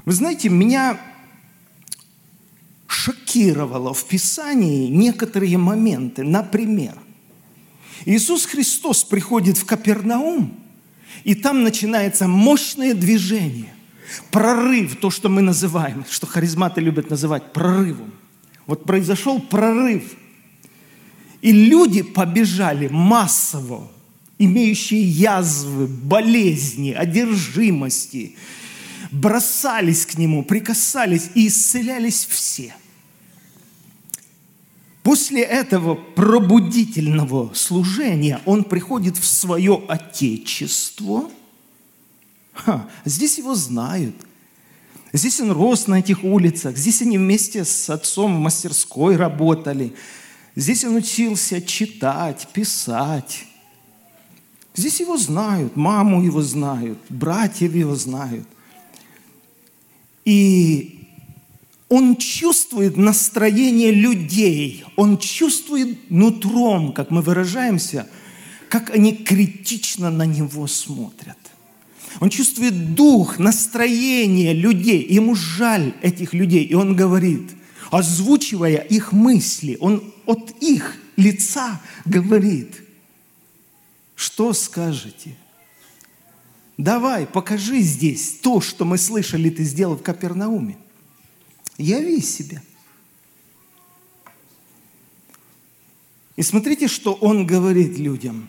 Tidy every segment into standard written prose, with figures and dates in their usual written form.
Вы знаете, меня шокировало в Писании некоторые моменты. Например, Иисус Христос приходит в Капернаум, и там начинается мощное движение, прорыв, то, что мы называем, что харизматы любят называть прорывом. Вот произошел прорыв, и люди побежали массово, имеющие язвы, болезни, одержимости, бросались к Нему, прикасались и исцелялись все. После этого пробудительного служения Он приходит в свое Отечество. Здесь Его знают. Здесь Он рос на этих улицах. Здесь они вместе с отцом в мастерской работали. Здесь Он учился читать, писать. Здесь Его знают, маму Его знают, братьев Его знают. И Он чувствует настроение людей, Он чувствует нутром, как мы выражаемся, как они критично на Него смотрят. Он чувствует дух, настроение людей, ему жаль этих людей. И Он говорит, озвучивая их мысли, Он от их лица говорит, что скажете? Давай, покажи здесь то, что мы слышали, ты сделал в Капернауме. Яви себя. И смотрите, что Он говорит людям.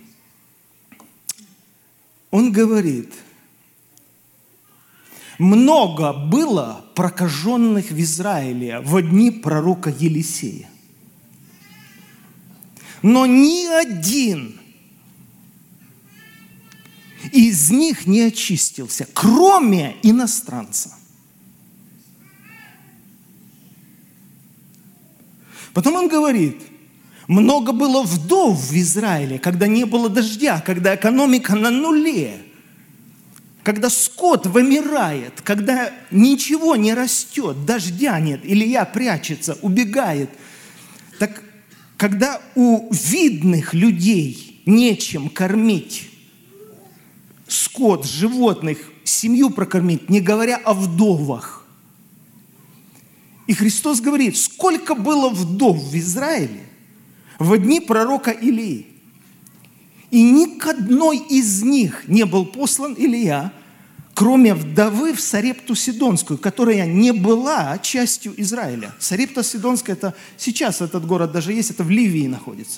Он говорит, много было прокаженных в Израиле в дни пророка Елисея. Но ни один из них не очистился, кроме иностранца. Потом Он говорит, много было вдов в Израиле, когда не было дождя, когда экономика на нуле, когда скот вымирает, когда ничего не растет, дождя нет, Илья прячется, убегает. Так когда у видных людей нечем кормить скот, животных, семью прокормить, не говоря о вдовах. И Христос говорит, сколько было вдов в Израиле в дни пророка Илии. И ни к одной из них не был послан Илия, кроме вдовы в Сарепту Сидонскую, которая не была частью Израиля. Сарепта Сидонская, это сейчас этот город даже есть, это в Ливии находится.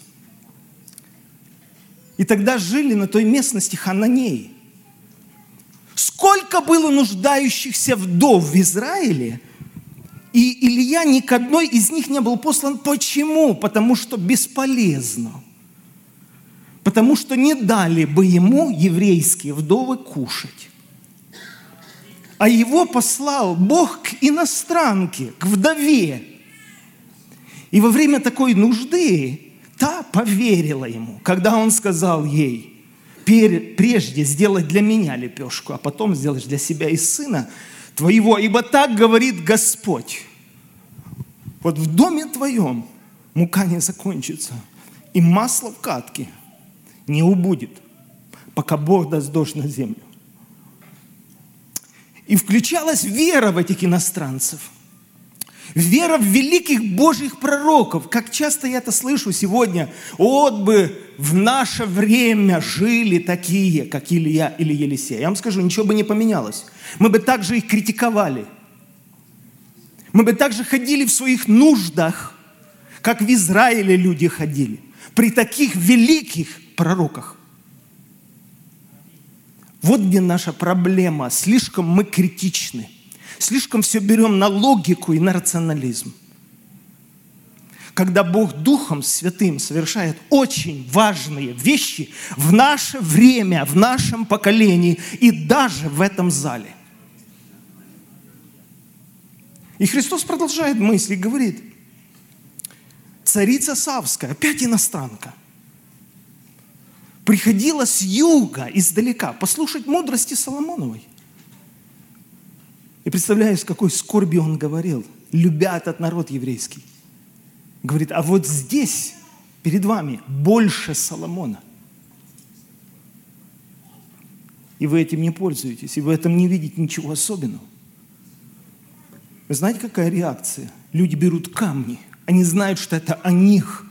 И тогда жили на той местности хананеи. Сколько было нуждающихся вдов в Израиле, и Илья ни к одной из них не был послан. Почему? Потому что бесполезно. Потому что не дали бы ему еврейские вдовы кушать. А его послал Бог к иностранке, к вдове. И во время такой нужды та поверила ему, когда он сказал ей, прежде сделай для меня лепешку, а потом сделаешь для себя и сына твоего, ибо так говорит Господь. Вот в доме твоем мука не закончится, и масло в катке не убудет, пока Бог даст дождь на землю. И включалась вера в этих иностранцев. Вера в великих Божьих пророков. Как часто я это слышу сегодня. Вот бы в наше время жили такие, как Илья или Елисей. Я вам скажу, ничего бы не поменялось. Мы бы также их критиковали. Мы бы также ходили в своих нуждах, как в Израиле люди ходили. При таких великих пророках. Вот где наша проблема. Слишком мы критичны. Слишком все берем на логику и на рационализм. Когда Бог Духом Святым совершает очень важные вещи в наше время, в нашем поколении и даже в этом зале. И Христос продолжает мысль и говорит, царица Савская, опять иностранка, приходила с юга, издалека, послушать мудрости Соломоновой. И представляю, с какой скорбью он говорил, любя этот народ еврейский. Говорит, а вот здесь, перед вами, больше Соломона. И вы этим не пользуетесь, и вы в этом не видите ничего особенного. Вы знаете, какая реакция? Люди берут камни. Они знают, что это о них.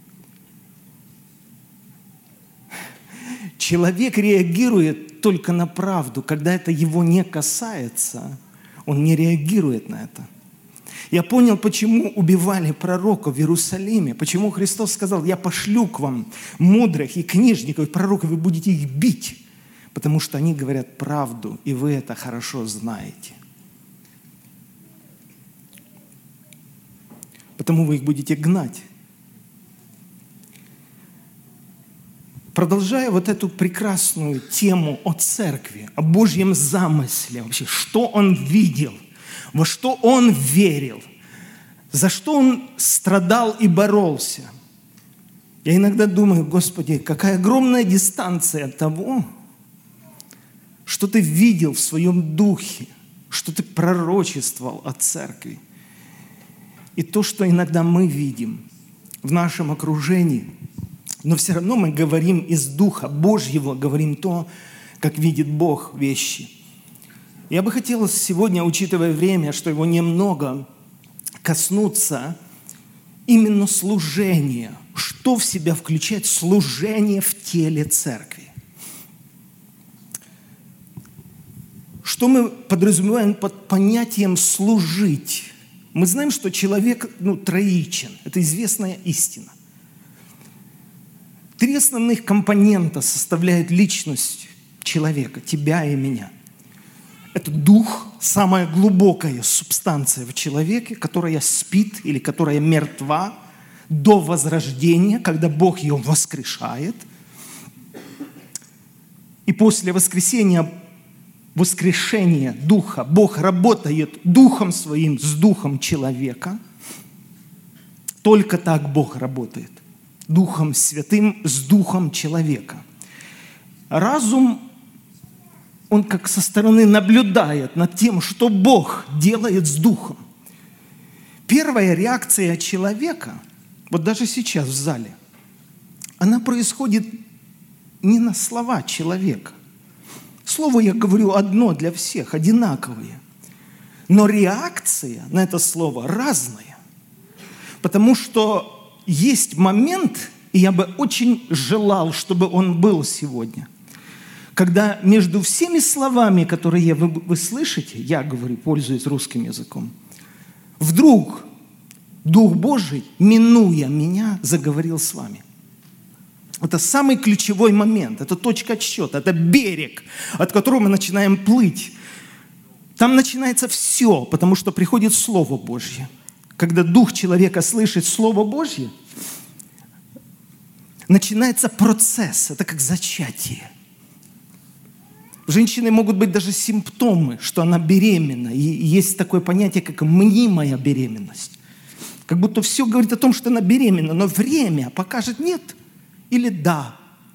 Человек реагирует только на правду. Когда это его не касается, он не реагирует на это. Я понял, почему убивали пророков в Иерусалиме, почему Христос сказал: я пошлю к вам мудрых и книжников, и пророков, и будете их бить, потому что они говорят правду, и вы это хорошо знаете. Потому вы их будете гнать. Продолжая вот эту прекрасную тему о церкви, о Божьем замысле, вообще, что Он видел, во что Он верил, за что Он страдал и боролся. Я иногда думаю: Господи, какая огромная дистанция от того, что Ты видел в Своем Духе, что Ты пророчествовал о церкви. И то, что иногда мы видим в нашем окружении, но все равно мы говорим из Духа Божьего, говорим то, как видит Бог вещи. Я бы хотел сегодня, учитывая время, что его немного, коснуться именно служения. Что в себя включает служение в теле церкви? Что мы подразумеваем под понятием «служить»? Мы знаем, что человек троичен. Это известная истина. 3 основных компонента составляют личность человека, тебя и меня. Это дух, самая глубокая субстанция в человеке, которая спит или которая мертва до возрождения, когда Бог ее воскрешает. И после воскрешения духа Бог работает духом своим с духом человека. Только так Бог работает. Духом Святым с духом человека. Разум, он как со стороны наблюдает над тем, что Бог делает с духом. Первая реакция человека, вот даже сейчас в зале, она происходит не на слова человека. Слово я говорю одно для всех, одинаковое. Но реакция на это слово разная. Потому что есть момент, и я бы очень желал, чтобы он был сегодня, когда между всеми словами, которые вы слышите, я говорю, пользуясь русским языком, вдруг Дух Божий, минуя меня, заговорил с вами. Это самый ключевой момент, это точка отсчета, это берег, от которого мы начинаем плыть. Там начинается все, потому что приходит Слово Божье. Когда дух человека слышит Слово Божье, начинается процесс, это как зачатие. У женщины могут быть даже симптомы, что она беременна. И есть такое понятие, как мнимая беременность. Как будто все говорит о том, что она беременна, но время покажет нет или да.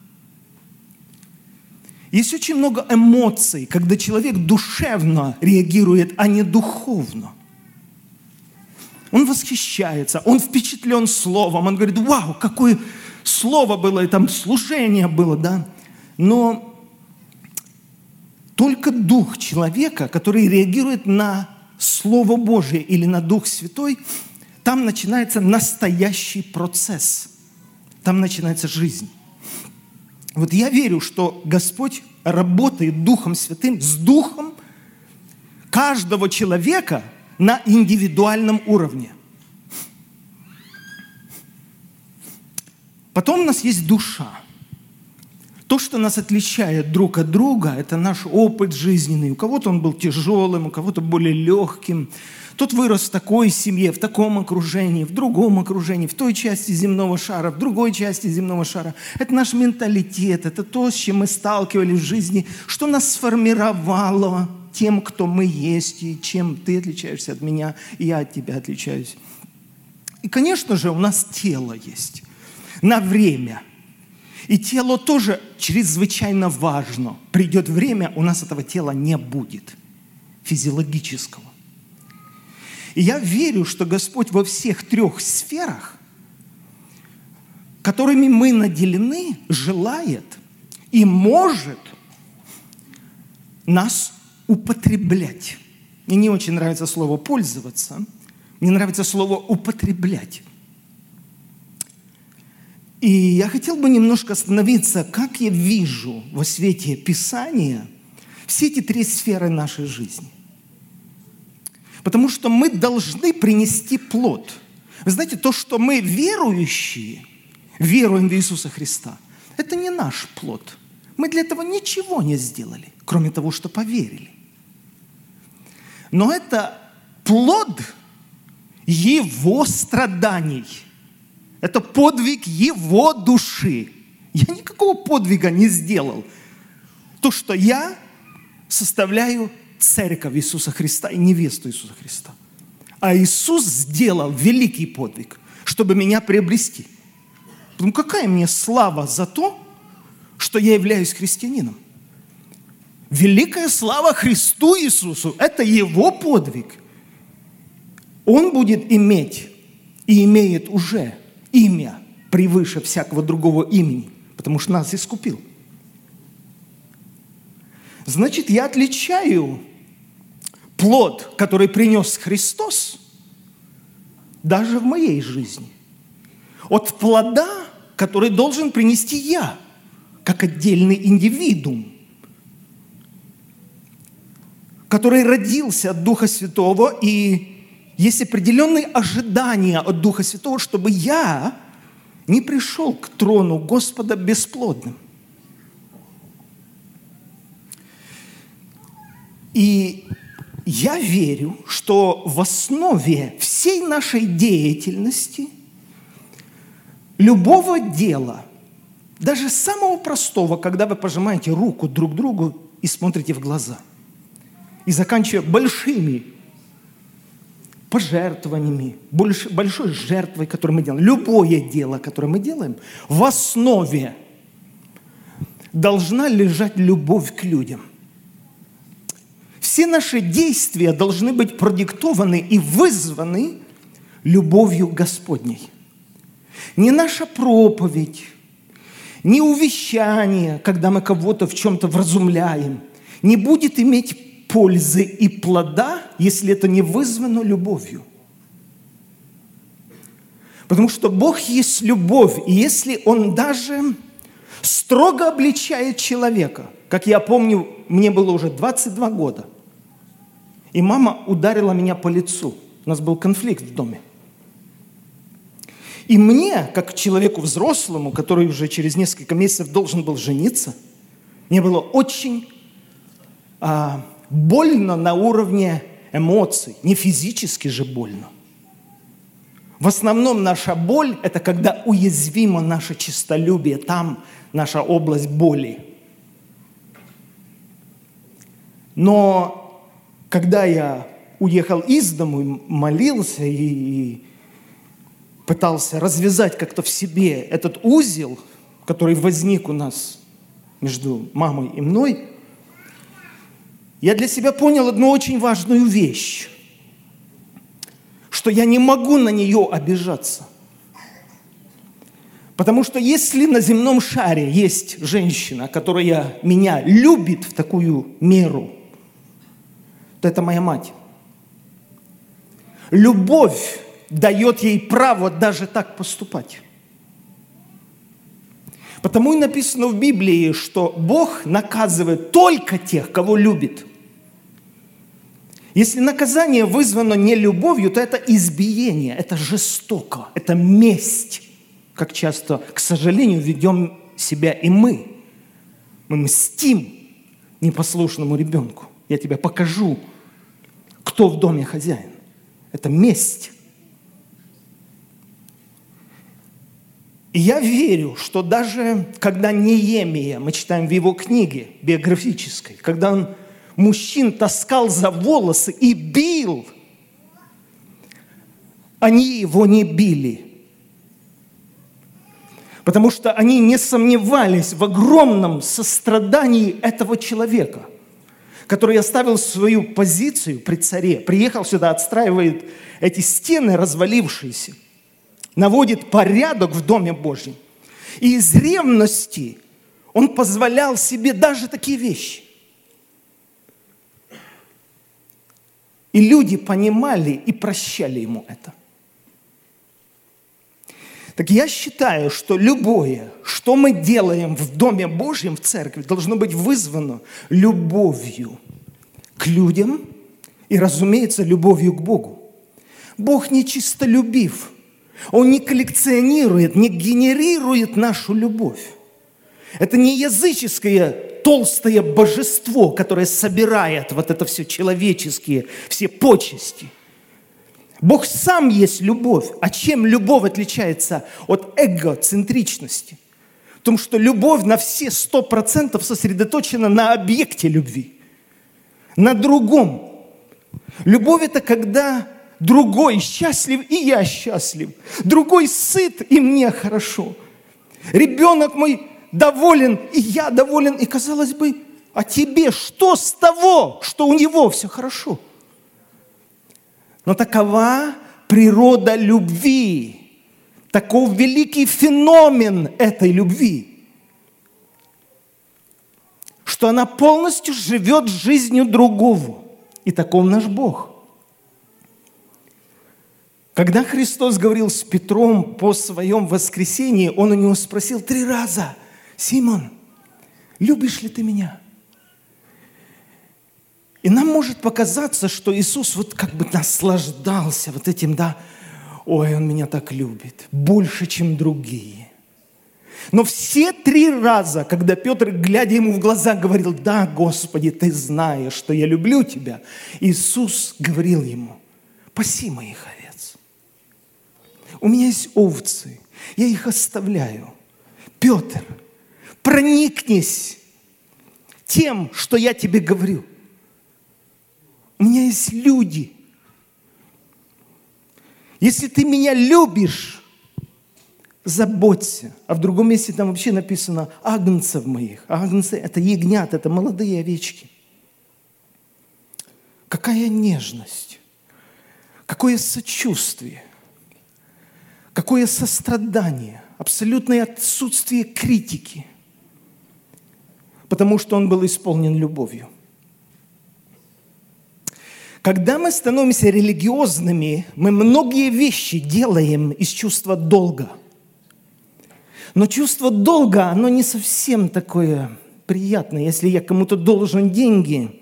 Есть очень много эмоций, когда человек душевно реагирует, а не духовно. Он восхищается, он впечатлен словом, он говорит: вау, какое слово было, и там служение было, да. Но только дух человека, который реагирует на Слово Божие или на Дух Святой, там начинается настоящий процесс. Там начинается жизнь. Вот я верю, что Господь работает Духом Святым с духом каждого человека на индивидуальном уровне. Потом у нас есть душа. То, что нас отличает друг от друга, это наш опыт жизненный. У кого-то он был тяжелым, у кого-то более легким. Тот вырос в такой семье, в таком окружении, в другом окружении, в той части земного шара, в другой части земного шара. Это наш менталитет, это то, с чем мы сталкивались в жизни, что нас сформировало тем, кто мы есть, и чем ты отличаешься от меня, и я от тебя отличаюсь. И, конечно же, у нас тело есть на время. И тело тоже чрезвычайно важно. Придет время, у нас этого тела не будет, физиологического. И я верю, что Господь во всех 3 сферах, которыми мы наделены, желает и может нас употреблять. Мне не очень нравится слово «пользоваться», мне нравится слово «употреблять». И я хотел бы немножко остановиться, как я вижу во свете Писания все эти три сферы нашей жизни. Потому что мы должны принести плод. Вы знаете, то, что мы верующие, веруем в Иисуса Христа, это не наш плод. Мы для этого ничего не сделали, кроме того, что поверили. Но это плод Его страданий. Это подвиг Его души. Я никакого подвига не сделал. То, что я составляю церковь Иисуса Христа и невесту Иисуса Христа. А Иисус сделал великий подвиг, чтобы меня приобрести. Потому какая мне слава за то, что я являюсь христианином? Великая слава Христу Иисусу – это Его подвиг. Он будет иметь и имеет уже имя превыше всякого другого имени, потому что нас искупил. Значит, я отличаю плод, который принес Христос, даже в моей жизни, от плода, который должен принести я, как отдельный индивидуум, который родился от Духа Святого, и есть определенные ожидания от Духа Святого, чтобы я не пришел к трону Господа бесплодным. И я верю, что в основе всей нашей деятельности, любого дела, даже самого простого, когда вы пожимаете руку друг другу и смотрите в глаза, и заканчивая большими пожертвованиями, большой жертвой, которую мы делаем, любое дело, которое мы делаем, в основе должна лежать любовь к людям. Все наши действия должны быть продиктованы и вызваны любовью Господней. Не наша проповедь, не увещание, когда мы кого-то в чем-то вразумляем, не будет иметь пользы и плода, если это не вызвано любовью. Потому что Бог есть любовь, и если Он даже строго обличает человека, как я помню, мне было уже 22 года, и мама ударила меня по лицу. У нас был конфликт в доме. И мне, как человеку взрослому, который уже через несколько месяцев должен был жениться, мне было очень больно на уровне эмоций, не физически же больно. В основном наша боль – это когда уязвимо наше честолюбие, там наша область боли. Но когда я уехал из дому, молился и пытался развязать как-то в себе этот узел, который возник у нас между мамой и мной, я для себя понял одну очень важную вещь, что я не могу на нее обижаться. Потому что если на земном шаре есть женщина, которая меня любит в такую меру, то это моя мать. Любовь дает ей право даже так поступать. Потому и написано в Библии, что Бог наказывает только тех, кого любит. Если наказание вызвано не любовью, то это избиение, это жестоко, это месть. Как часто, к сожалению, ведем себя и мы. Мы мстим непослушному ребенку. Я тебе покажу, кто в доме хозяин. Это месть. И я верю, что даже когда Неемия, мы читаем в его книге биографической, когда он мужчин таскал за волосы и бил, они его не били. Потому что они не сомневались в огромном сострадании этого человека, который оставил свою позицию при царе, приехал сюда, отстраивает эти стены развалившиеся, наводит порядок в Доме Божьем. И из ревности он позволял себе даже такие вещи. И люди понимали и прощали ему это. Так я считаю, что любое, что мы делаем в Доме Божьем, в церкви, должно быть вызвано любовью к людям и, разумеется, любовью к Богу. Бог не чистолюбив. Он не коллекционирует, не генерирует нашу любовь. Это не языческое толстое божество, которое собирает вот это все человеческие, все почести. Бог сам есть любовь. А чем любовь отличается от эгоцентричности? В том, что любовь на все 100% сосредоточена на объекте любви, на другом. Любовь – это когда другой счастлив, и я счастлив. Другой сыт, и мне хорошо. Ребенок мой доволен, и я доволен. И, казалось бы, а тебе что с того, что у него все хорошо? Но такова природа любви, таков великий феномен этой любви, что она полностью живет жизнью другого. И таков наш Бог. Когда Христос говорил с Петром по своем воскресении, Он у него спросил 3 раза: «Симон, любишь ли ты меня?» И нам может показаться, что Иисус вот как бы наслаждался вот этим, да, ой, Он меня так любит, больше, чем другие. Но все 3 раза, когда Петр, глядя ему в глаза, говорил: «Да, Господи, Ты знаешь, что я люблю Тебя», Иисус говорил ему: «Паси моих овец. У меня есть овцы, я их оставляю. Петр, проникнись тем, что я тебе говорю. У меня есть люди. Если ты меня любишь, заботься». А в другом месте там вообще написано «агнцев моих». Агнцы – это ягнят, это молодые овечки. Какая нежность, какое сочувствие, какое сострадание, абсолютное отсутствие критики, потому что он был исполнен любовью. Когда мы становимся религиозными, мы многие вещи делаем из чувства долга. Но чувство долга, оно не совсем такое приятное. Если я кому-то должен деньги,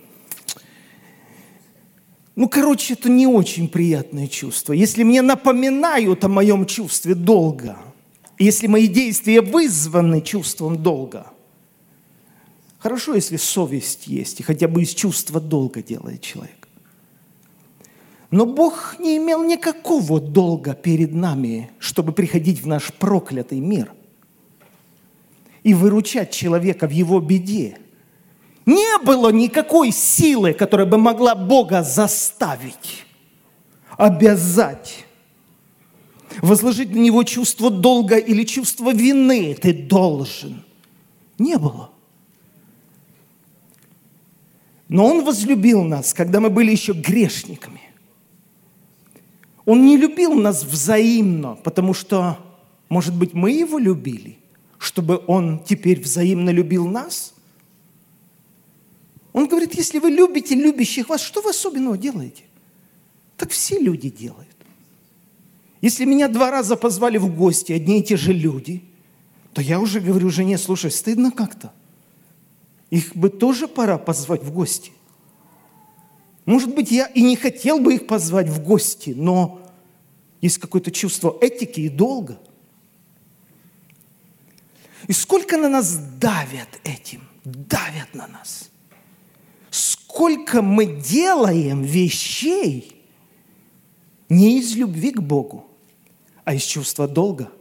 это не очень приятное чувство. Если мне напоминают о моем чувстве долга, если мои действия вызваны чувством долга, хорошо, если совесть есть, и хотя бы из чувства долга делает человек. Но Бог не имел никакого долга перед нами, чтобы приходить в наш проклятый мир и выручать человека в его беде. Не было никакой силы, которая бы могла Бога заставить, обязать, возложить на него чувство долга или чувство вины. Ты должен. Не было. Но Он возлюбил нас, когда мы были еще грешниками. Он не любил нас взаимно, потому что, может быть, мы Его любили, чтобы Он теперь взаимно любил нас. Он говорит: если вы любите любящих вас, что вы особенного делаете? Так все люди делают. Если меня 2 раза позвали в гости одни и те же люди, то я уже говорю жене: слушай, стыдно как-то. Их бы тоже пора позвать в гости. Может быть, я и не хотел бы их позвать в гости, но есть какое-то чувство этики и долга. И сколько на нас давят этим, давят на нас. Сколько мы делаем вещей не из любви к Богу, а из чувства долга.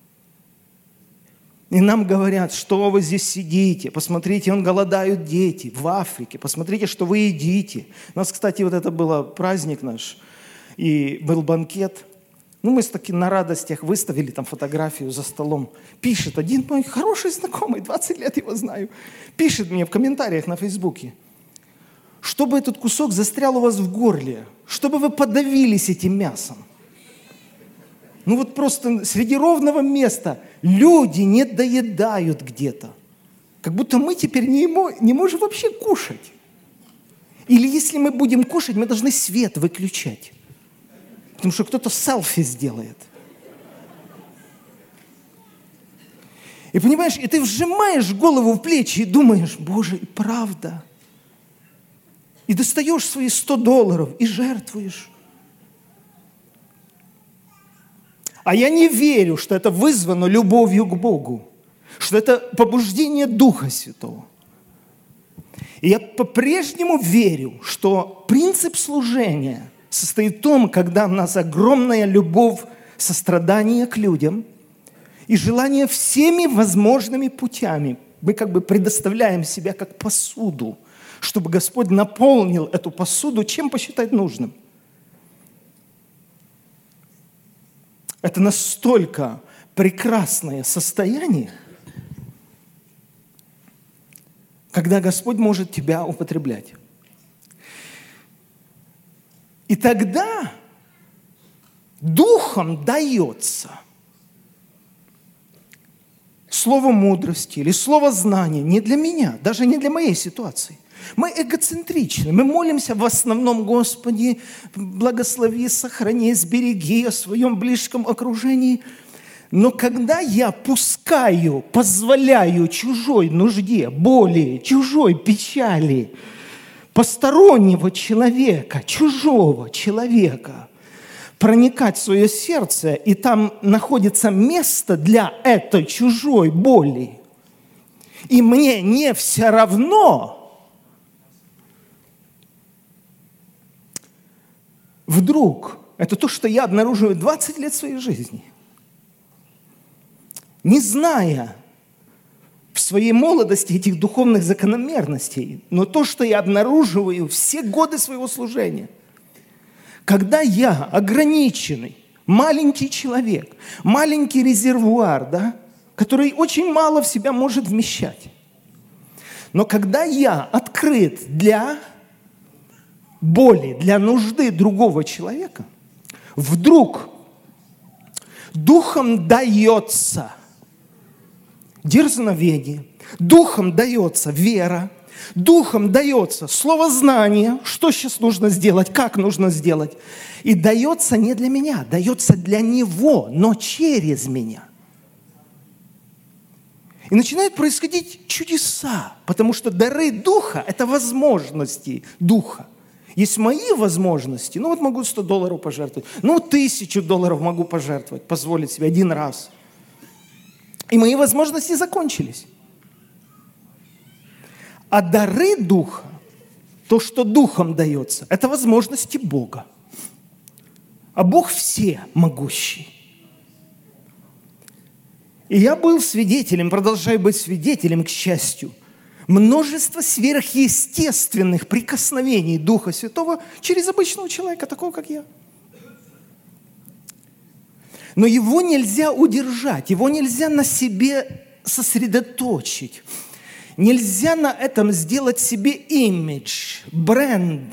И нам говорят: что вы здесь сидите, посмотрите, голодают дети в Африке, посмотрите, что вы едите. У нас, кстати, вот это был праздник наш, и был банкет. Мы таки на радостях выставили там фотографию за столом. Пишет один мой хороший знакомый, 20 лет его знаю, пишет мне в комментариях на Фейсбуке: чтобы этот кусок застрял у вас в горле, чтобы вы подавились этим мясом. Просто среди ровного места люди не доедают где-то. Как будто мы теперь не можем вообще кушать. Или если мы будем кушать, мы должны свет выключать. Потому что кто-то селфи сделает. И понимаешь, и ты вжимаешь голову в плечи и думаешь, Боже, и правда. И достаешь свои $100 и жертвуешь. А я не верю, что это вызвано любовью к Богу, что это побуждение Духа Святого. И я по-прежнему верю, что принцип служения состоит в том, когда у нас огромная любовь, сострадание к людям и желание всеми возможными путями. Мы как бы предоставляем себя как посуду, чтобы Господь наполнил эту посуду, чем посчитать нужным. Это настолько прекрасное состояние, когда Господь может тебя употреблять. И тогда Духом дается слово мудрости или слово знания не для меня, даже не для моей ситуации. Мы эгоцентричны, мы молимся в основном, Господи, благослови, сохрани, сбереги о своем близком окружении. Но когда я пускаю, позволяю чужой нужде, боли, чужой печали, постороннего человека, чужого человека проникать в свое сердце, и там находится место для этой чужой боли, и мне не все равно, вдруг, это то, что я обнаруживаю 20 лет своей жизни, не зная в своей молодости этих духовных закономерностей, но то, что я обнаруживаю все годы своего служения, когда я ограниченный, маленький человек, маленький резервуар, да, который очень мало в себя может вмещать, но когда я открыт для боли, для нужды другого человека, вдруг Духом дается дерзновение, Духом дается вера, Духом дается словознание, что сейчас нужно сделать, как нужно сделать. И дается не для меня, дается для Него, но через меня. И начинают происходить чудеса, потому что дары Духа – это возможности Духа. Есть мои возможности, ну вот могу $100 пожертвовать, ну $1000 могу пожертвовать, позволить себе один раз. И мои возможности закончились. А дары Духа, то, что Духом дается, это возможности Бога. А Бог всемогущий. И я был свидетелем, продолжаю быть свидетелем, к счастью, множество сверхъестественных прикосновений Духа Святого через обычного человека, такого, как я. Но его нельзя удержать, его нельзя на себе сосредоточить. Нельзя на этом сделать себе имидж, бренд.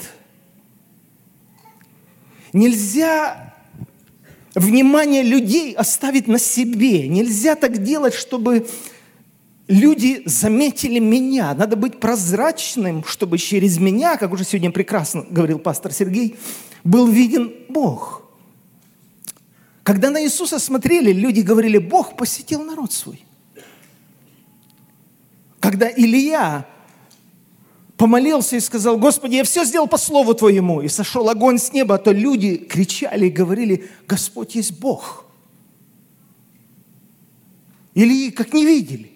Нельзя внимание людей оставить на себе. Нельзя так делать, чтобы люди заметили меня. Надо быть прозрачным, чтобы через меня, как уже сегодня прекрасно говорил пастор Сергей, был виден Бог. Когда на Иисуса смотрели, люди говорили, Бог посетил народ свой. Когда Илия помолился и сказал, Господи, я все сделал по слову Твоему, и сошел огонь с неба, то люди кричали и говорили, Господь есть Бог. Илии как не видели.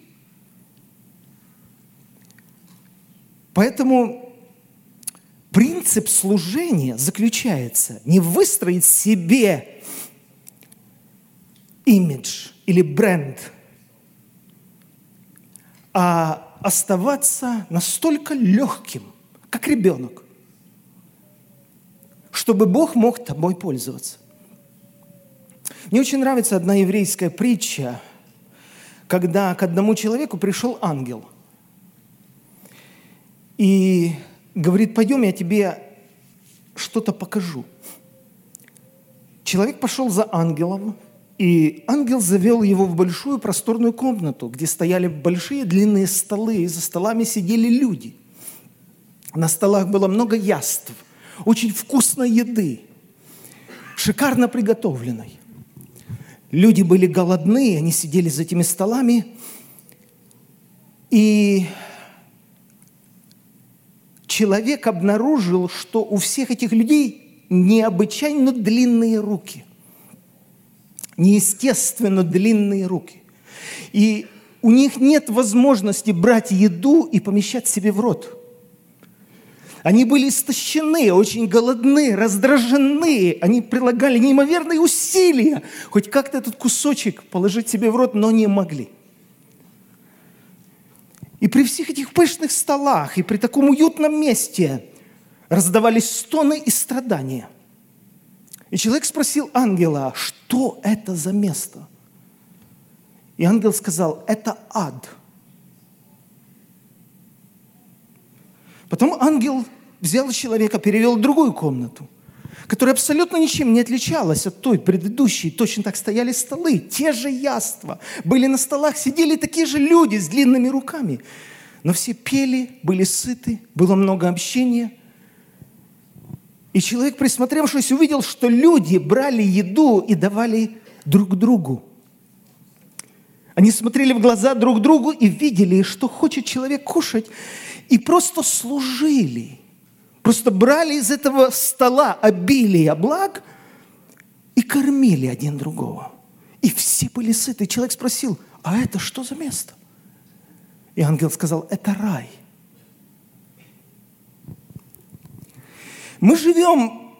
Поэтому принцип служения заключается не в выстроить себе имидж или бренд, а оставаться настолько легким, как ребенок, чтобы Бог мог тобой пользоваться. Мне очень нравится одна еврейская притча, когда к одному человеку пришел ангел и говорит, пойдем, я тебе что-то покажу. Человек пошел за ангелом, и ангел завел его в большую просторную комнату, где стояли большие длинные столы, и за столами сидели люди. На столах было много яств, очень вкусной еды, шикарно приготовленной. Люди были голодны, они сидели за этими столами, и человек обнаружил, что у всех этих людей необычайно длинные руки, неестественно длинные руки. И у них нет возможности брать еду и помещать себе в рот. Они были истощены, очень голодны, раздражены. Они прилагали неимоверные усилия хоть как-то этот кусочек положить себе в рот, но не могли. И при всех этих пышных столах, и при таком уютном месте раздавались стоны и страдания. И человек спросил ангела, что это за место? И ангел сказал, это ад. Потом ангел взял человека, перевел в другую комнату, которая абсолютно ничем не отличалась от той предыдущей. Точно так стояли столы, те же яства. Были на столах, сидели такие же люди с длинными руками. Но все пели, были сыты, было много общения. И человек, присмотревшись, увидел, что люди брали еду и давали друг другу. Они смотрели в глаза друг другу и видели, что хочет человек кушать, и просто служили. Просто брали из этого стола обилие благ и кормили один другого. И все были сыты. Человек спросил, а это что за место? И ангел сказал, это рай. Мы живем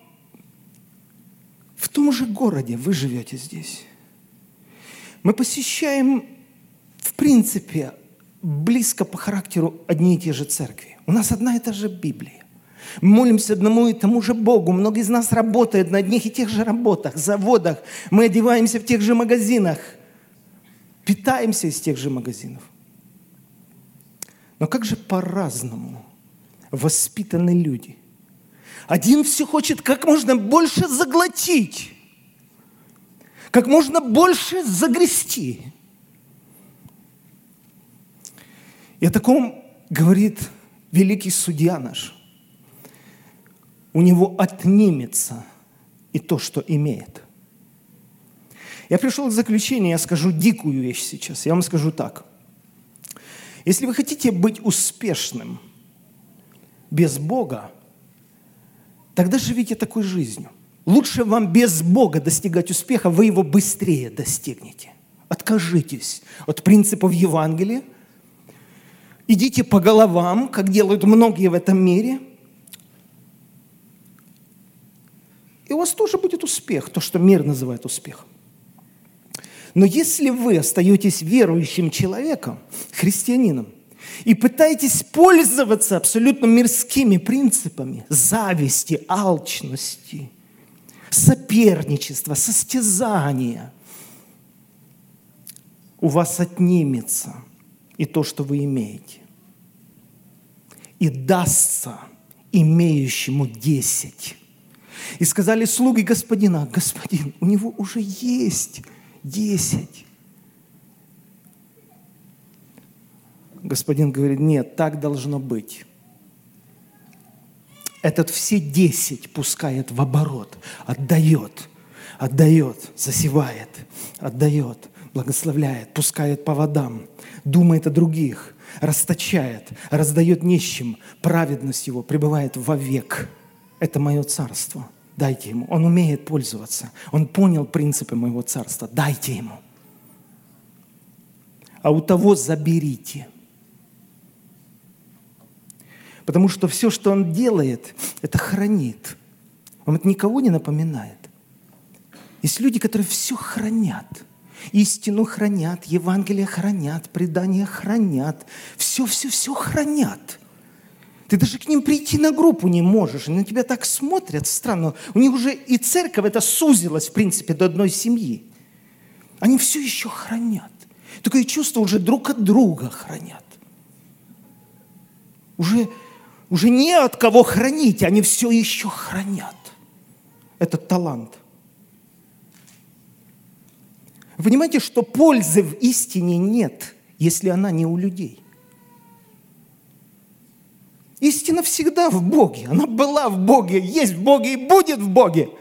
в том же городе, вы живете здесь. Мы посещаем, в принципе, близко по характеру одни и те же церкви. У нас одна и та же Библия. Мы молимся одному и тому же Богу. Много из нас работает на одних и тех же работах, заводах. Мы одеваемся в тех же магазинах. Питаемся из тех же магазинов. Но как же по-разному воспитаны люди. Один все хочет как можно больше заглотить, как можно больше загрести. И о таком говорит великий судья наш. У него отнимется и то, что имеет. Я пришел к заключению, я скажу дикую вещь сейчас. Я вам скажу так. Если вы хотите быть успешным без Бога, тогда живите такой жизнью. Лучше вам без Бога достигать успеха, вы его быстрее достигнете. Откажитесь от принципов Евангелия. Идите по головам, как делают многие в этом мире. И у вас тоже будет успех, то, что мир называет успехом. Но если вы остаетесь верующим человеком, христианином, и пытаетесь пользоваться абсолютно мирскими принципами зависти, алчности, соперничества, состязания, у вас отнимется и то, что вы имеете. И дастся имеющему 10. И сказали слуги господина, господин, у него уже есть 10. Господин говорит, нет, так должно быть. Этот все 10 пускает в оборот, отдает, засевает, отдает, благословляет, пускает по водам, думает о других, расточает, раздает нищим, праведность его пребывает вовек. Это мое царство. Дайте ему. Он умеет пользоваться. Он понял принципы моего царства. Дайте ему. А у того заберите. Потому что все, что он делает, это хранит. Он это никого не напоминает. Есть люди, которые все хранят. Истину хранят, Евангелие хранят, предания хранят. Все хранят. Ты даже к ним прийти на группу не можешь. Они на тебя так смотрят странно. У них уже и церковь это сузилась, в принципе, до одной семьи. Они все еще хранят. Такое чувство уже друг от друга хранят. Уже не от кого хранить, они все еще хранят. Этот талант. Вы понимаете, что пользы в истине нет, если она не у людей. Истина всегда в Боге. Она была в Боге, есть в Боге и будет в Боге.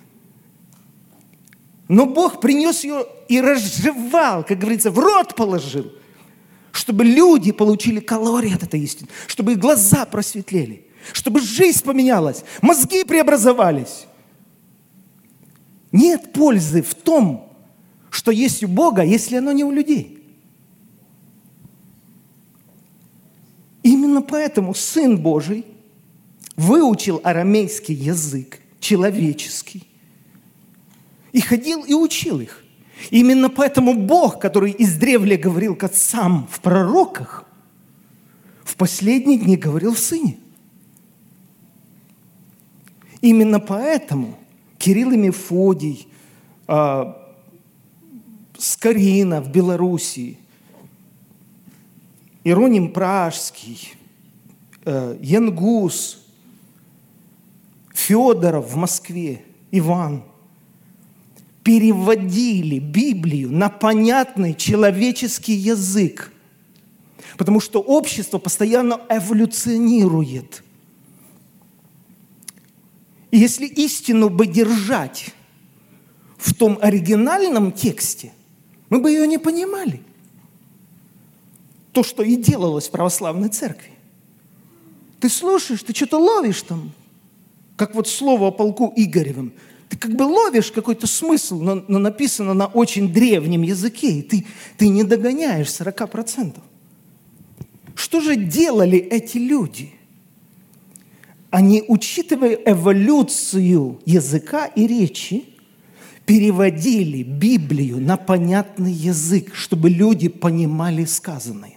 Но Бог принес ее и разжевал, как говорится, в рот положил, чтобы люди получили калории от этой истины, чтобы их глаза просветлели, чтобы жизнь поменялась, мозги преобразовались. Нет пользы в том, что есть у Бога, если оно не у людей. Именно поэтому Сын Божий выучил арамейский язык, человеческий, и ходил и учил их. Именно поэтому Бог, который издревле говорил к отцам в пророках, в последние дни говорил в Сыне. Именно поэтому Кирилл и Мефодий, Скорина в Белоруссии, Иероним Пражский, Янгус, Федоров в Москве, Иван переводили Библию на понятный человеческий язык, потому что общество постоянно эволюционирует. И если истину бы держать в том оригинальном тексте, мы бы ее не понимали. То, что и делалось в православной церкви. Ты слушаешь, ты что-то ловишь там, как вот слово о полку Игоревым. Ты как бы ловишь какой-то смысл, но написано на очень древнем языке, и ты не догоняешь 40%. Что же делали эти люди? Они, учитывая эволюцию языка и речи, переводили Библию на понятный язык, чтобы люди понимали сказанное.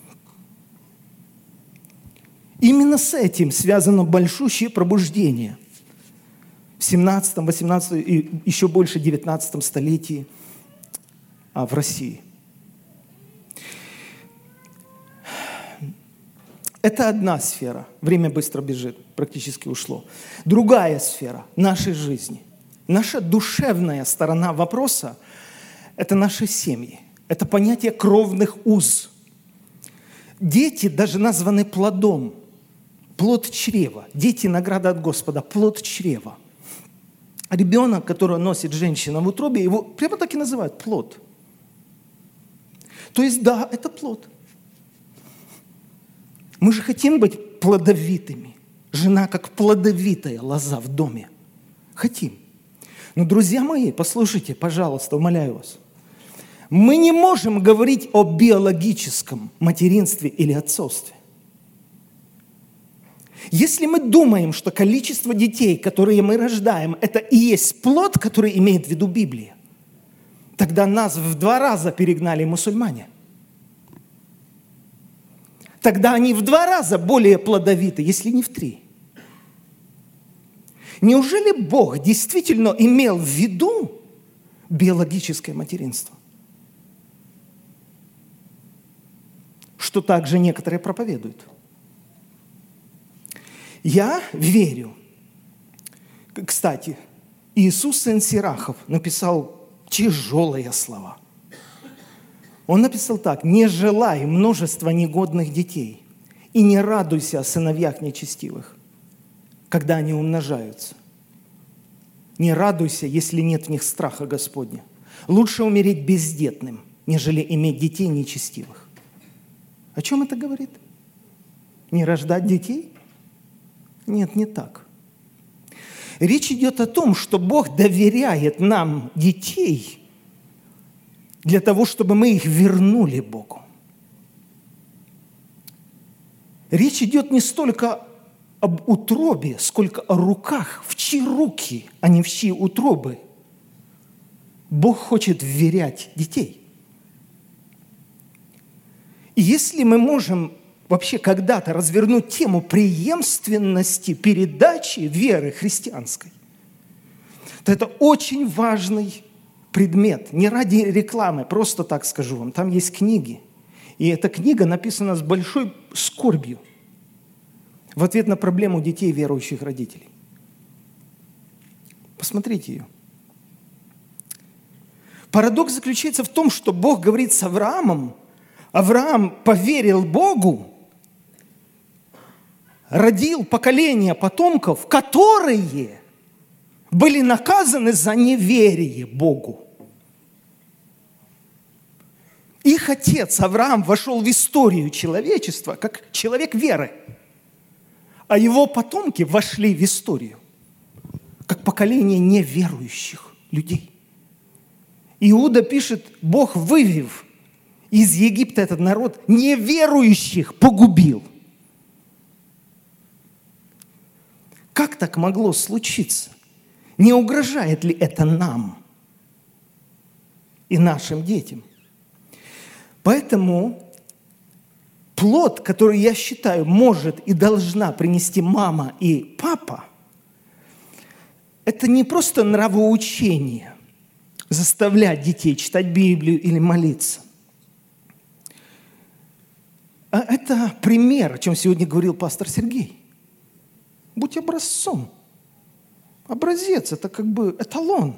Именно с этим связано большущее пробуждение в 17, 18 и еще больше 19 столетии в России. Это одна сфера. Время быстро бежит, практически ушло. Другая сфера нашей жизни. Наша душевная сторона вопроса – это наши семьи. Это понятие кровных уз. Дети даже названы плодом. Плод чрева. Дети – награда от Господа. Плод чрева. Ребенок, которого носит женщина в утробе, его прямо так и называют – плод. То есть, да, это плод. Мы же хотим быть плодовитыми. Жена как плодовитая лоза в доме. Хотим. Но, друзья мои, послушайте, пожалуйста, умоляю вас. Мы не можем говорить о биологическом материнстве или отцовстве. Если мы думаем, что количество детей, которые мы рождаем, это и есть плод, который имеет в виду Библия, тогда нас в 2 раза перегнали мусульмане. Тогда они в 2 раза более плодовиты, если не в 3. Неужели Бог действительно имел в виду биологическое материнство? Что также некоторые проповедуют. Я верю. Кстати, Иисус сын Сирахов написал тяжелые слова. Он написал так: «Не желай множества негодных детей и не радуйся о сыновьях нечестивых, когда они умножаются. Не радуйся, если нет в них страха Господня. Лучше умереть бездетным, нежели иметь детей нечестивых». О чем это говорит? Не рождать детей? Нет, не так. Речь идет о том, что Бог доверяет нам детей для того, чтобы мы их вернули Богу. Речь идет не столько об утробе, сколько о руках, в чьи руки, а не в чьи утробы. Бог хочет вверять детей. И если мы можем вообще когда-то развернуть тему преемственности передачи веры христианской, то это очень важный предмет. Не ради рекламы, просто так скажу вам. Там есть книги. И эта книга написана с большой скорбью в ответ на проблему детей верующих родителей. Посмотрите ее. Парадокс заключается в том, что Бог говорит с Авраамом. Авраам поверил Богу, родил поколение потомков, которые были наказаны за неверие Богу. Их отец Авраам вошел в историю человечества как человек веры, а его потомки вошли в историю как поколение неверующих людей. Иуда пишет, Бог, вывев из Египта этот народ, неверующих погубил. Как так могло случиться? Не угрожает ли это нам и нашим детям? Поэтому плод, который, я считаю, может и должна принести мама и папа, это не просто нравоучение, заставлять детей читать Библию или молиться. А это пример, о чем сегодня говорил пастор Сергей. Будь образцом. Образец – это как бы эталон.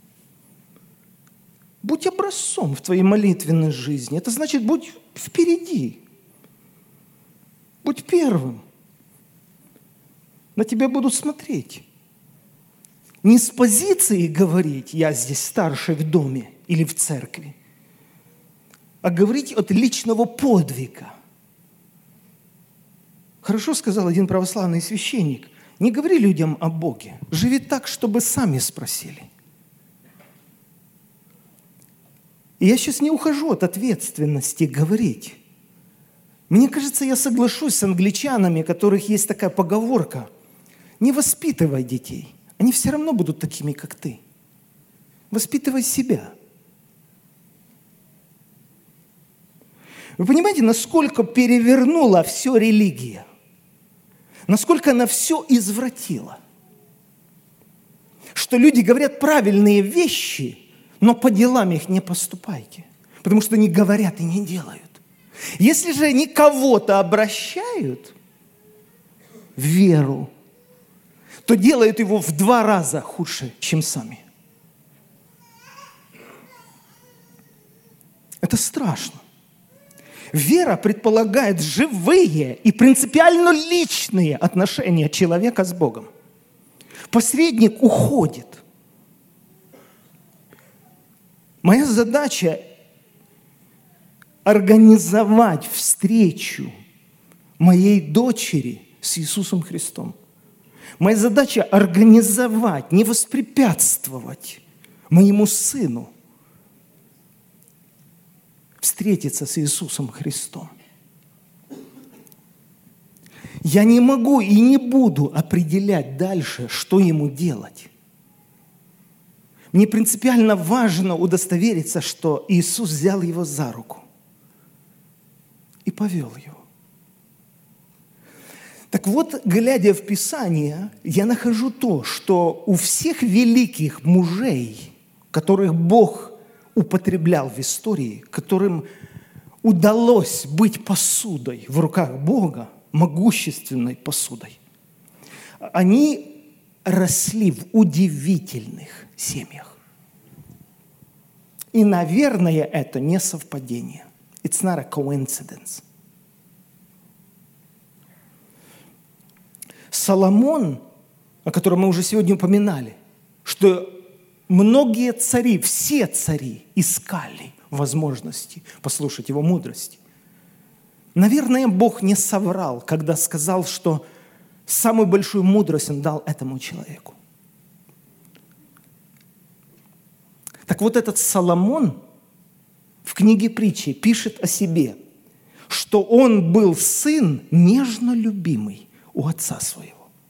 Будь образцом в твоей молитвенной жизни. Это значит, будь впереди. Будь первым. На тебя будут смотреть. Не с позиции говорить, я здесь старший в доме или в церкви, а говорить от личного подвига. Хорошо сказал один православный священник, не говори людям о Боге, живи так, чтобы сами спросили. И я сейчас не ухожу от ответственности говорить. Мне кажется, я соглашусь с англичанами, у которых есть такая поговорка: не воспитывай детей. Они все равно будут такими, как ты. Воспитывай себя. Вы понимаете, насколько перевернула все религия? Насколько она все извратила? Что люди говорят правильные вещи, но по делам их не поступайте. Потому что они говорят и не делают. Если же они кого-то обращают в веру, то делают его в 2 раза хуже, чем сами. Это страшно. Вера предполагает живые и принципиально личные отношения человека с Богом. Посредник уходит. Моя задача – организовать встречу моей дочери с Иисусом Христом. Моя задача – организовать, не воспрепятствовать моему сыну встретиться с Иисусом Христом. Я не могу и не буду определять дальше, что ему делать. Мне принципиально важно удостовериться, что Иисус взял его за руку и повел его. Так вот, глядя в Писание, я нахожу то, что у всех великих мужей, которых Бог употреблял в истории, которым удалось быть посудой в руках Бога, могущественной посудой, они росли в удивительных семьях. И, наверное, это не совпадение. It's not a coincidence. Соломон, о котором мы уже сегодня упоминали, что многие цари, все цари искали возможности послушать его мудрости. Наверное, Бог не соврал, когда сказал, что самую большую мудрость Он дал этому человеку. Так вот этот Соломон в книге Притчи пишет о себе, что он был сын нежно любимый у отца своего.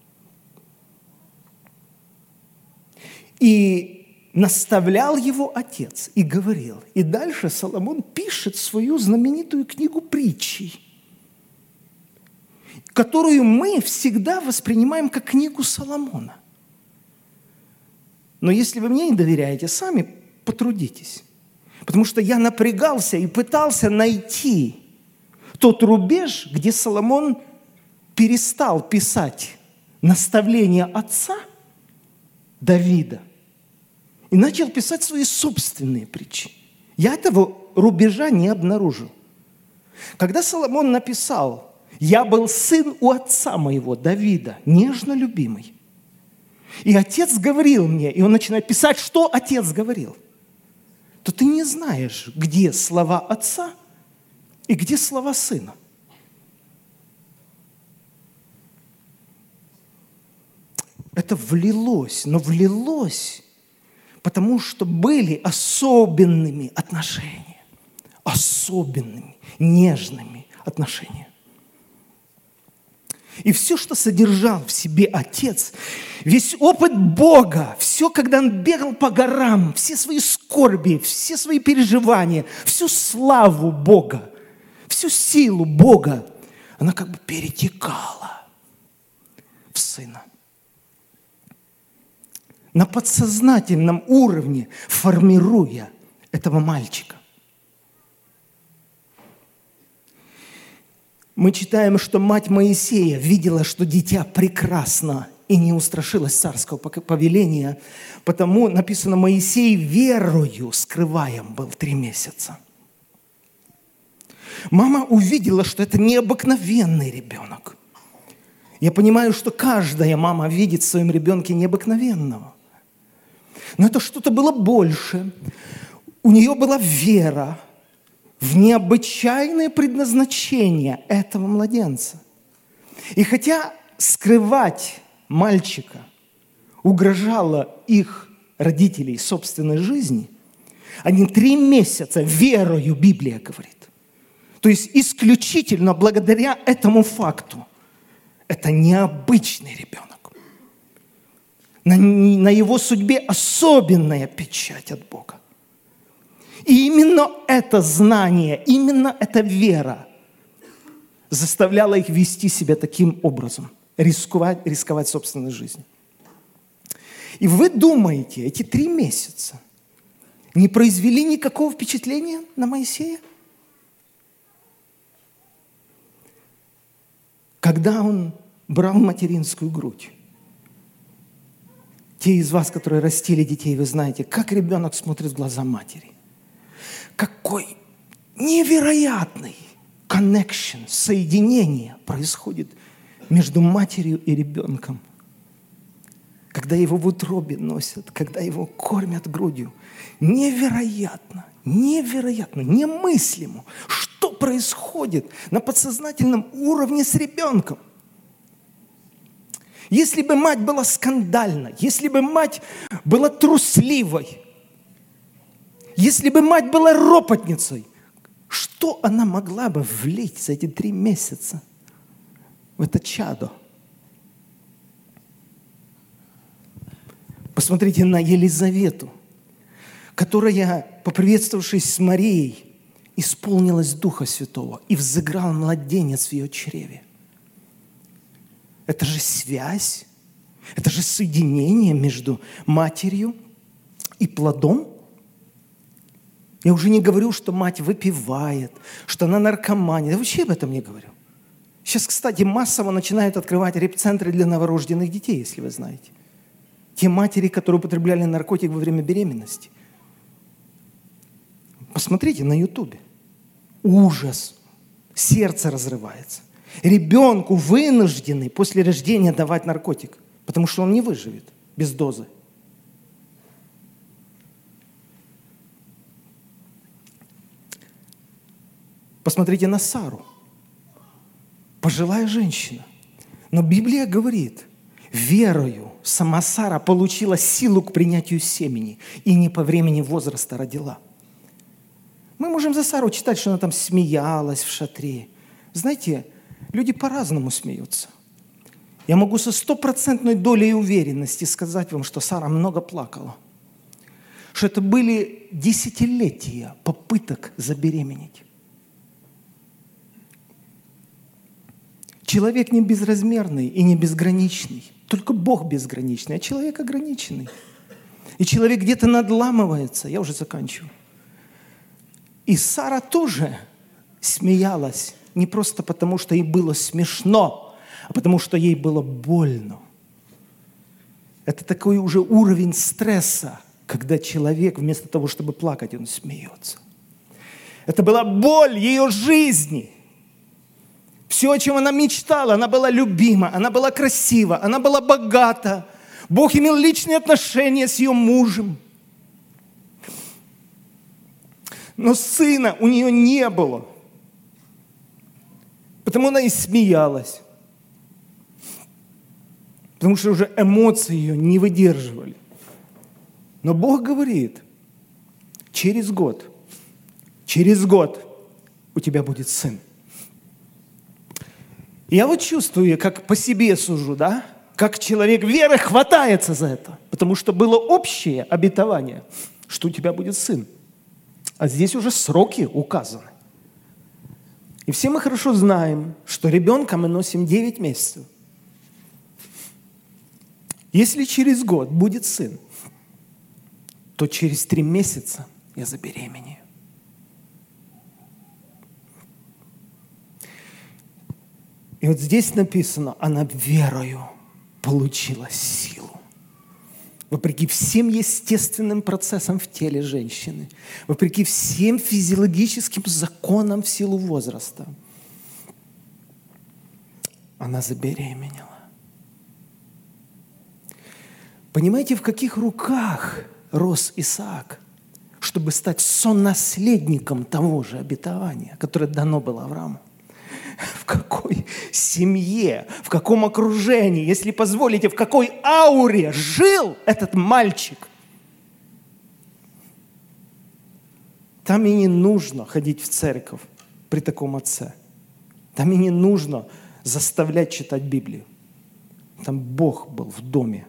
И наставлял его отец и говорил. И дальше Соломон пишет свою знаменитую книгу Притчи, которую мы всегда воспринимаем как книгу Соломона. Но если вы мне не доверяете, сами потрудитесь. Потому что я напрягался и пытался найти тот рубеж, где Соломон перестал писать наставления отца Давида и начал писать свои собственные притчи. Я этого рубежа не обнаружил. Когда Соломон написал Я был сын у отца моего, Давида, нежно любимый. И отец говорил мне, и он начинает писать, что отец говорил. То ты не знаешь, где слова отца и где слова сына. Это влилось, но влилось, потому что были особенными отношения, особенными, нежными отношения. И все, что содержал в себе Отец, весь опыт Бога, все, когда Он бегал по горам, все свои скорби, все свои переживания, всю славу Бога, всю силу Бога, она как бы перетекала в Сына. На подсознательном уровне формируя этого мальчика. Мы читаем, что мать Моисея видела, что дитя прекрасно и не устрашилась царского повеления, потому написано, Моисей верою скрываем был 3 месяца. Мама увидела, что это необыкновенный ребенок. Я понимаю, что каждая мама видит в своем ребенке необыкновенного. Но это что-то было больше. У нее была вера в необычайное предназначение этого младенца. И хотя скрывать мальчика угрожало их родителей собственной жизни, они 3 месяца верою, Библия говорит. То есть исключительно благодаря этому факту. Это необычный ребенок. На его судьбе особенная печать от Бога. И именно это знание, именно эта вера заставляла их вести себя таким образом, рисковать собственной жизнью. И вы думаете, эти 3 месяца не произвели никакого впечатления на Моисея? Когда он брал материнскую грудь, те из вас, которые растили детей, вы знаете, как ребенок смотрит в глаза матери. Какой невероятный connection, соединение происходит между матерью и ребенком. Когда его в утробе носят, когда его кормят грудью. Невероятно, невероятно, немыслимо, что происходит на подсознательном уровне с ребенком. Если бы мать была скандальной, если бы мать была трусливой, если бы мать была ропотницей, что она могла бы влить за эти 3 месяца в это чадо? Посмотрите на Елизавету, которая, поприветствовавшись с Марией, исполнилась Духа Святого и взыграл младенец в ее чреве. Это же связь, это же соединение между матерью и плодом. Я уже не говорю, что мать выпивает, что она наркоманит. Я вообще об этом не говорю. Сейчас, кстати, массово начинают открывать реп-центры для новорожденных детей, если вы знаете. Те матери, которые употребляли наркотик во время беременности. Посмотрите на Ютубе. Ужас. Сердце разрывается. Ребенку вынуждены после рождения давать наркотик, потому что он не выживет без дозы. Посмотрите на Сару. Пожилая женщина. Но Библия говорит, верою сама Сара получила силу к принятию семени и не по времени возраста родила. Мы можем за Сару читать, что она там смеялась в шатре. Знаете, люди по-разному смеются. Я могу со 100% долей уверенности сказать вам, что Сара много плакала. Что это были десятилетия попыток забеременеть. Человек не безразмерный и не безграничный. Только Бог безграничный, а человек ограниченный. И человек где-то надламывается. Я уже заканчиваю. И Сара тоже смеялась. Не просто потому, что ей было смешно, а потому, что ей было больно. Это такой уже уровень стресса, когда человек вместо того, чтобы плакать, он смеется. Это была боль ее жизни. Все, о чем она мечтала, она была любима, она была красива, она была богата. Бог имел личные отношения с ее мужем. Но сына у нее не было. Потому она и смеялась. Потому что уже эмоции ее не выдерживали. Но Бог говорит, через год у тебя будет сын. И я вот чувствую, как по себе сужу, да? Как человек веры хватается за это. Потому что было общее обетование, что у тебя будет сын. А здесь уже сроки указаны. И все мы хорошо знаем, что ребенка мы носим 9 месяцев. Если через год будет сын, то через 3 месяца я забеременею. И вот здесь написано, она верою получила силу. Вопреки всем естественным процессам в теле женщины, вопреки всем физиологическим законам в силу возраста, она забеременела. Понимаете, в каких руках рос Исаак, чтобы стать сонаследником того же обетования, которое дано было Аврааму? В какой семье, в каком окружении, если позволите, в какой ауре жил этот мальчик? Там и не нужно ходить в церковь при таком отце. Там и не нужно заставлять читать Библию. Там Бог был в доме.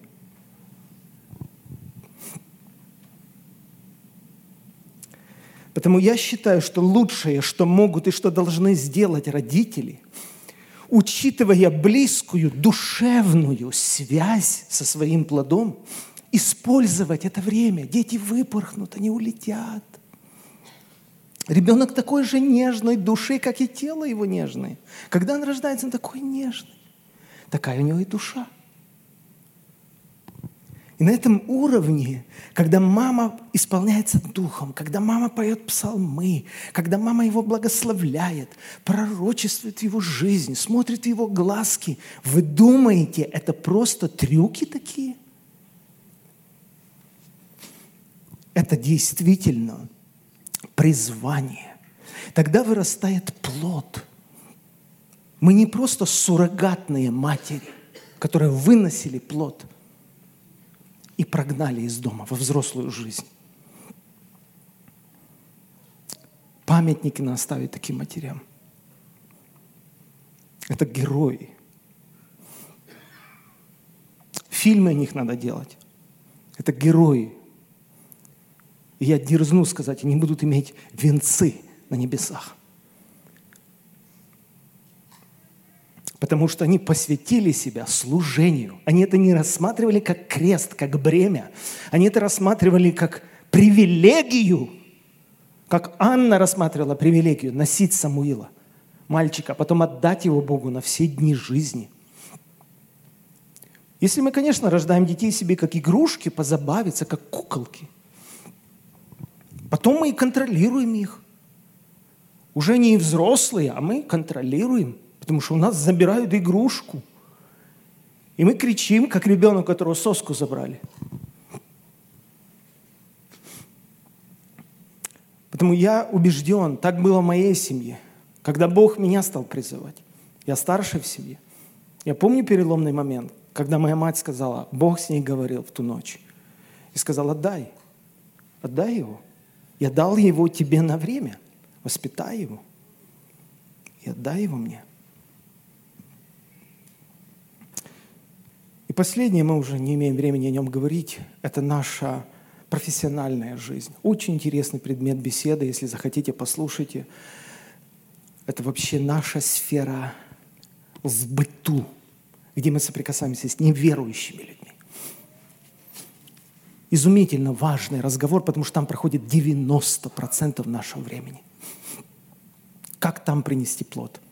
Поэтому я считаю, что лучшее, что могут и что должны сделать родители, учитывая близкую душевную связь со своим плодом, использовать это время. Дети выпорхнут, они улетят. Ребенок такой же нежной души, как и тело его нежное. Когда он рождается, он такой нежный. Такая у него и душа. И на этом уровне, когда мама исполняется духом, когда мама поет псалмы, когда мама его благословляет, пророчествует в его жизнь, смотрит в его глазки, вы думаете, это просто трюки такие? Это действительно призвание. Тогда вырастает плод. Мы не просто суррогатные матери, которые выносили плод и прогнали из дома во взрослую жизнь. Памятники надо ставить таким матерям. Это герои. Фильмы о них надо делать. Это герои. И я дерзну сказать, они будут иметь венцы на небесах. Потому что они посвятили себя служению. Они это не рассматривали как крест, как бремя. Они это рассматривали как привилегию, как Анна рассматривала привилегию носить Самуила, мальчика, а потом отдать его Богу на все дни жизни. Если мы, конечно, рождаем детей себе как игрушки, позабавиться, как куколки, потом мы и контролируем их. Уже не взрослые, а мы контролируем. Потому что у нас забирают игрушку. И мы кричим, как ребенок, у которого соску забрали. Поэтому я убежден, так было в моей семье. Когда Бог меня стал призывать. Я старший в семье. Я помню переломный момент, когда моя мать сказала, Бог с ней говорил в ту ночь. И сказал, отдай его. Я дал его тебе на время. Воспитай его. И отдай его мне. И последнее, мы уже не имеем времени о нем говорить, это наша профессиональная жизнь. Очень интересный предмет беседы, если захотите, послушайте. Это вообще наша сфера в быту, где мы соприкасаемся с неверующими людьми. Изумительно важный разговор, потому что там проходит 90% нашего времени. Как там принести плод?